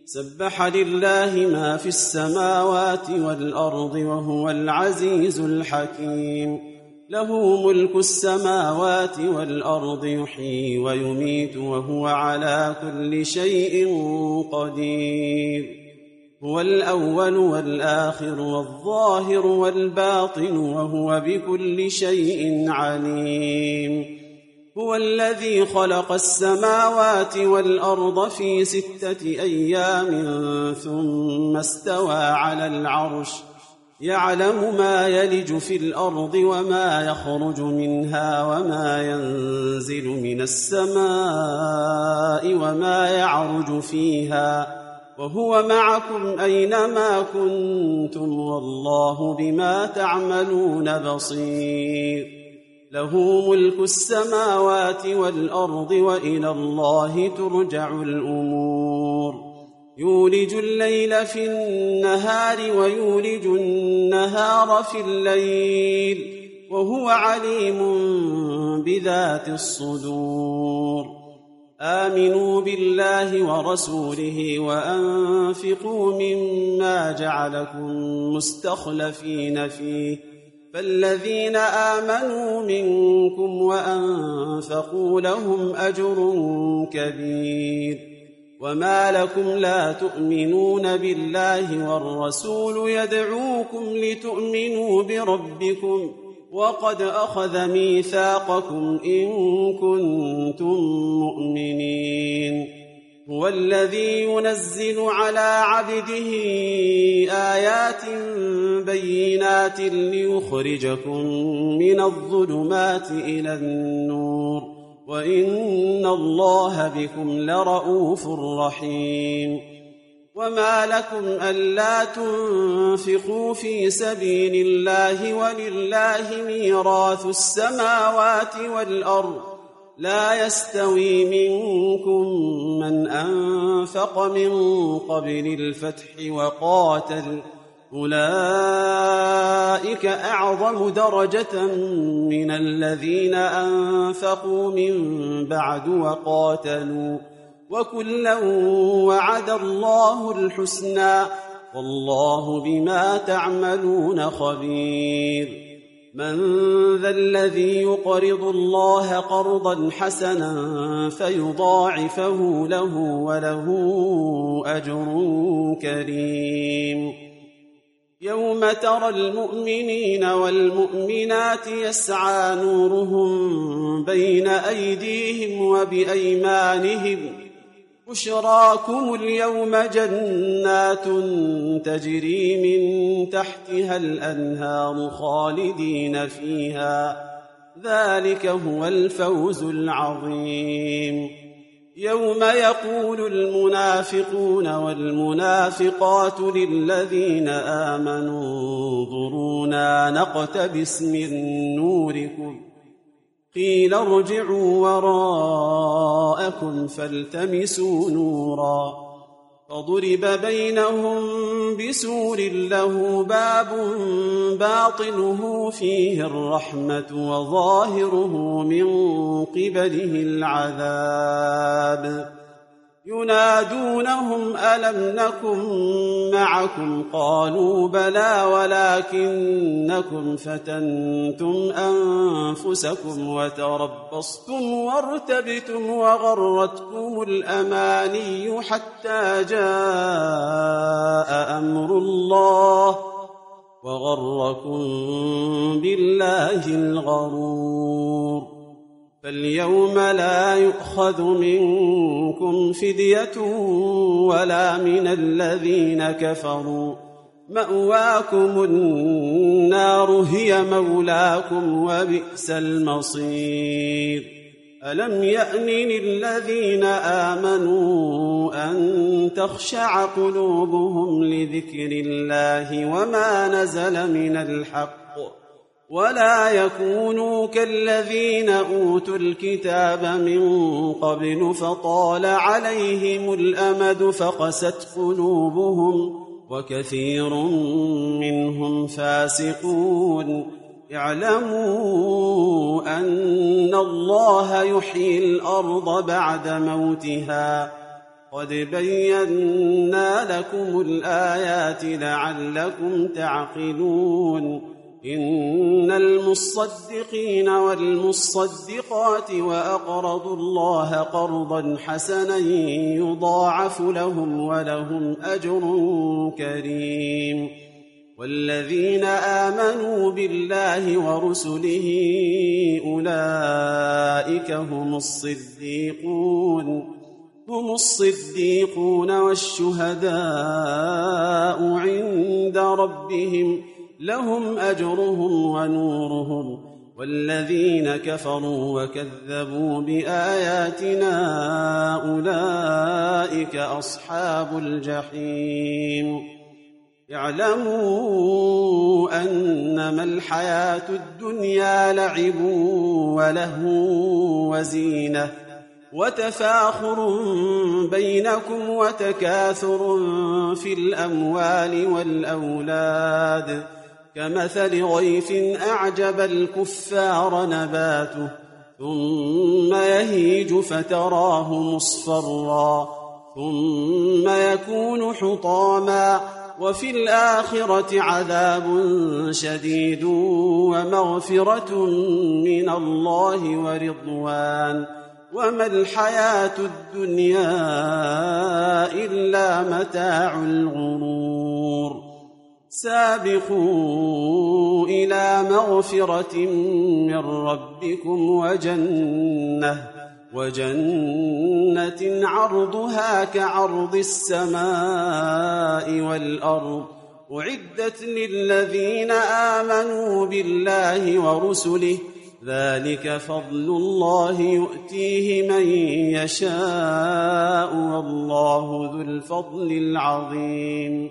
سبح لله ما في السماوات والأرض وهو العزيز الحكيم. له ملك السماوات والأرض يحيي ويميت وهو على كل شيء قدير. هو الأول والآخر والظاهر والباطن وهو بكل شيء عليم. هو الذي خلق السماوات والأرض في 6 أيام ثم استوى على العرش، يعلم ما يلج في الأرض وما يخرج منها وما ينزل من السماء وما يعرج فيها، وهو معكم أينما كنتم والله بما تعملون بصير. له ملك السماوات والأرض وإلى الله ترجع الأمور. يولج الليل في النهار ويولج النهار في الليل وهو عليم بذات الصدور. آمنوا بالله ورسوله وأنفقوا مما جعلكم مستخلفين فيه، فالذين آمنوا منكم وأنفقوا لهم أجر كبير. وما لكم لا تؤمنون بالله والرسول يدعوكم لتؤمنوا بربكم وقد أخذ ميثاقكم إن كنتم مؤمنين. هو الذي ينزل على عبده آيات بينات ليخرجكم من الظلمات إلى النور، وإن الله بكم لرءوف رحيم. وما لكم ألا تنفقوا في سبيل الله ولله ميراث السماوات والأرض، لا يستوي منكم من أنفق من قبل الفتح وقاتل، أولئك أعظم درجة من الذين أنفقوا من بعد وقاتلوا، وكلا وعد الله الحسنى والله بما تعملون خبير. من ذا الذي يقرض الله قرضا حسنا فيضاعفه له وله أجر كريم. يوم ترى المؤمنين والمؤمنات يسعى نورهم بين أيديهم وبأيمانهم، بشراكم اليوم جنات تجري من تحتها الأنهار خالدين فيها، ذلك هو الفوز العظيم. يوم يقول المنافقون والمنافقات للذين آمنوا انظرونا نقتبس من نوركم، قيل ارجعوا وراءكم فالتمسوا نورا، فضرب بينهم بسور له باب باطنه فيه الرحمة وظاهره من قبله العذاب. ينادونهم ألم نكن معكم قالوا بلى ولكنكم فتنتم أنفسكم وتربصتم وارتبتم وغرتكم الأماني حتى جاء أمر الله وغركم بالله الغرور. فاليوم لا يؤخذ منكم فدية ولا من الذين كفروا، مأواكم النار هي مولاكم وبئس المصير. ألم يأن للذين آمنوا أن تخشع قلوبهم لذكر الله وما نزل من الحق، ولا يكونوا كالذين أوتوا الكتاب من قبل فطال عليهم الأمد فقست قلوبهم وكثير منهم فاسقون. اعلموا أن الله يحيي الأرض بعد موتها قد بينا لكم الآيات لعلكم تعقلون إن المصدقين والمصدقات وأقرضوا الله قرضا حسنا يضاعف لهم ولهم أجر كريم والذين آمنوا بالله ورسله أولئك هم الصديقون والشهداء عند ربهم لهم أجرهم ونورهم والذين كفروا وكذبوا بآياتنا أولئك أصحاب الجحيم اعلموا أنما الحياة الدنيا لعب ولهو وزينة وتفاخر بينكم وتكاثر في الأموال والأولاد كمثل غيث أعجب الكفار نباته ثم يهيج فتراه مصفرا ثم يكون حطاما وفي الآخرة عذاب شديد ومغفرة من الله ورضوان وما الحياة الدنيا إلا متاع الغرور سابقوا إلى مغفرة من ربكم وجنة عرضها كعرض السماء والأرض أعدت للذين آمنوا بالله ورسله ذلك فضل الله يؤتيه من يشاء والله ذو الفضل العظيم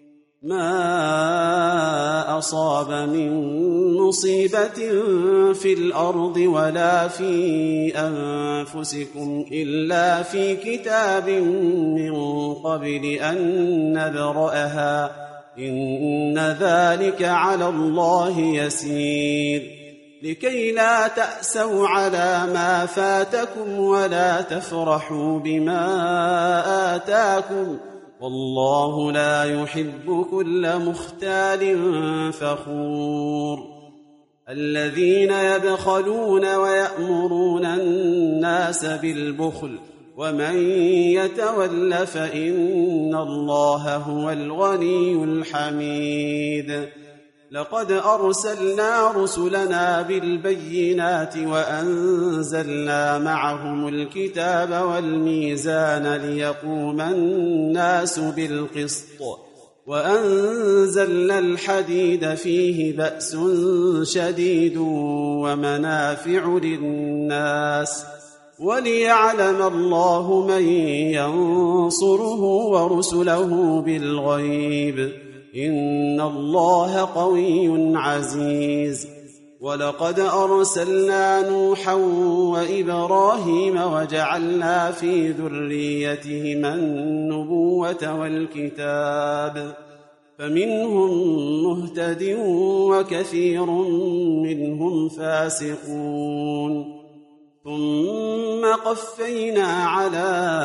ما أصاب من مصيبة في الأرض ولا في أنفسكم إلا في كتاب من قبل أن نبرأها إن ذلك على الله يسير لكي لا تأسوا على ما فاتكم ولا تفرحوا بما آتاكم والله لا يحب كل مختال فخور الذين يبخلون ويأمرون الناس بالبخل ومن يتول فإن الله هو الغني الحميد لقد أرسلنا رسلنا بالبينات وأنزلنا معهم الكتاب والميزان ليقوم الناس بالقسط وأنزلنا الحديد فيه بأس شديد ومنافع للناس وليعلم الله من ينصره ورسله بالغيب إن الله قوي عزيز ولقد أرسلنا نوحا وإبراهيم وجعلنا في ذريتهما النبوة والكتاب فمنهم مهتد وكثير منهم فاسقون ثم قفينا على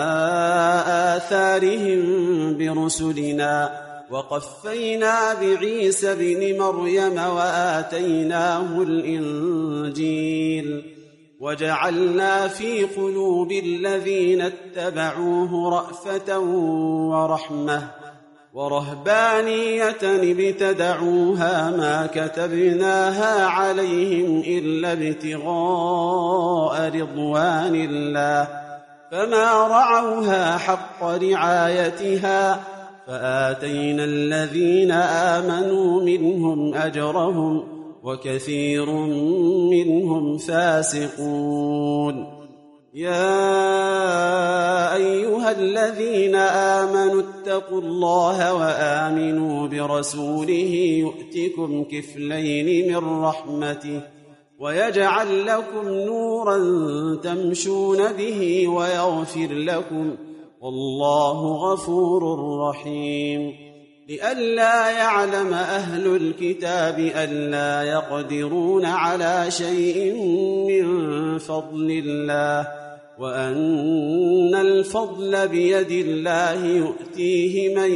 آثارهم برسلنا وقفينا بعيسى ابن مريم وآتيناه الإنجيل وجعلنا في قلوب الذين اتبعوه رأفة ورحمة ورهبانية ابتدعوها ما كتبناها عليهم إلا ابتغاء رضوان الله فما رعوها حق رعايتها فآتينا الذين آمنوا منهم أجرهم وكثير منهم فاسقون يا أيها الذين آمنوا اتقوا الله وآمنوا برسوله يؤتكم كفلين من رحمته ويجعل لكم نورا تمشون به ويغفر لكم والله غفور رحيم لئلا يعلم أهل الكتاب ألا يقدرون على شيء من فضل الله وأن الفضل بيد الله يؤتيه من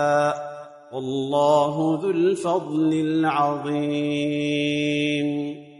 يشاء والله ذو الفضل العظيم